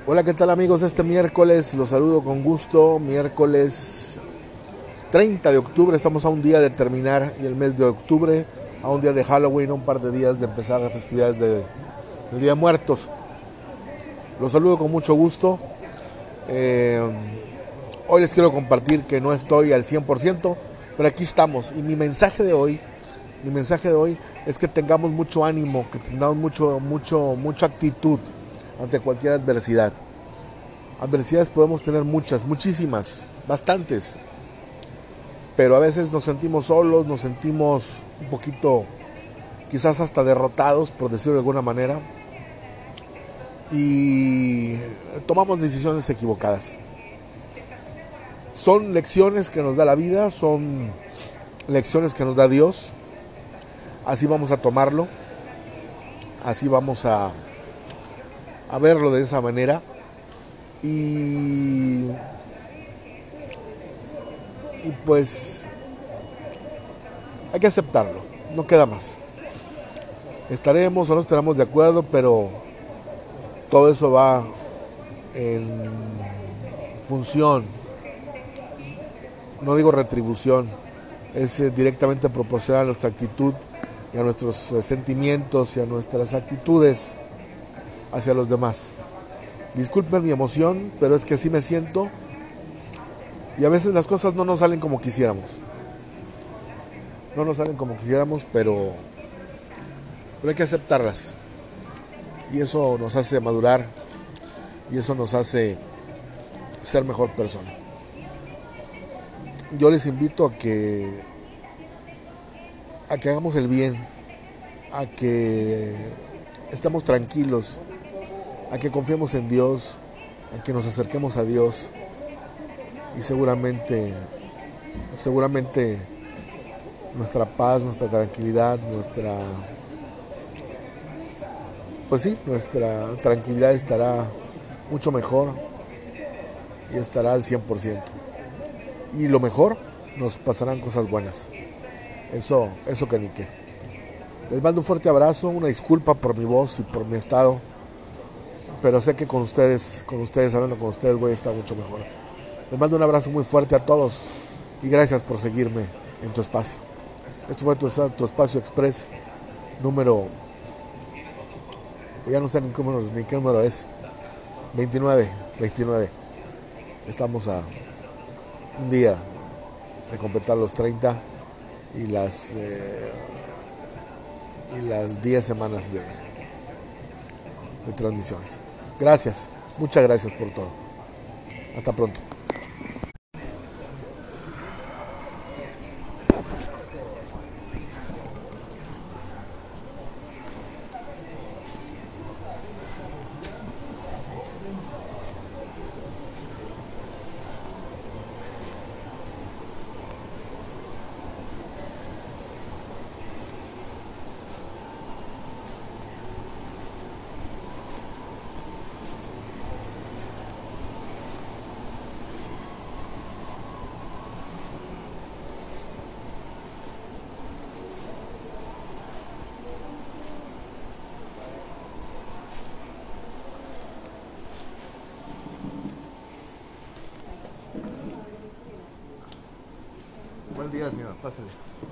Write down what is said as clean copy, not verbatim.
Hola, ¿qué tal amigos? Este miércoles los saludo con gusto. Miércoles 30 de octubre, estamos a un día de terminar el mes de octubre, a un día de Halloween, a un par de días de empezar las festividades del Día de Muertos. Los saludo con mucho gusto. Eh, Hoy les quiero compartir que no estoy al 100%, pero aquí estamos. Y mi mensaje de hoy es que tengamos mucho ánimo, que tengamos mucha actitud ante cualquier adversidad. Adversidades podemos tener muchas, muchísimas, bastantes, pero a veces nos sentimos solos, nos sentimos un poquito, quizás hasta derrotados, por decirlo de alguna manera, y tomamos decisiones equivocadas. Son lecciones que nos da la vida, son lecciones que nos da Dios, así vamos a tomarlo, así vamos a verlo de esa manera, y, y pues hay que aceptarlo, no queda más. Estaremos o no estaremos de acuerdo, pero todo eso va en función, no digo retribución, es directamente proporcional a nuestra actitud y a nuestros sentimientos y a nuestras actitudes hacia los demás. Disculpen mi emoción, pero es que así me siento y a veces las cosas no nos salen como quisiéramos. No nos salen como quisiéramos, pero hay que aceptarlas. Y eso nos hace madurar y eso nos hace ser mejor persona. Yo les invito a que hagamos el bien, a que estemos tranquilos, a que confiemos en Dios, a que nos acerquemos a Dios y seguramente nuestra paz, nuestra tranquilidad, pues sí, nuestra tranquilidad estará mucho mejor y estará al 100%. Y lo mejor, nos pasarán cosas buenas. Eso que ni qué. Les mando un fuerte abrazo, una disculpa por mi voz y por mi estado, pero sé que hablando con ustedes voy a estar mucho mejor. Les mando un abrazo muy fuerte a todos y gracias por seguirme en tu espacio. Esto fue tu espacio express número, ya no sé ni qué número es, 29. Estamos a un día de completar los 30 y las 10 semanas de transmisiones. Gracias, muchas gracias por todo. Hasta pronto. Buen día, señora. Pásale.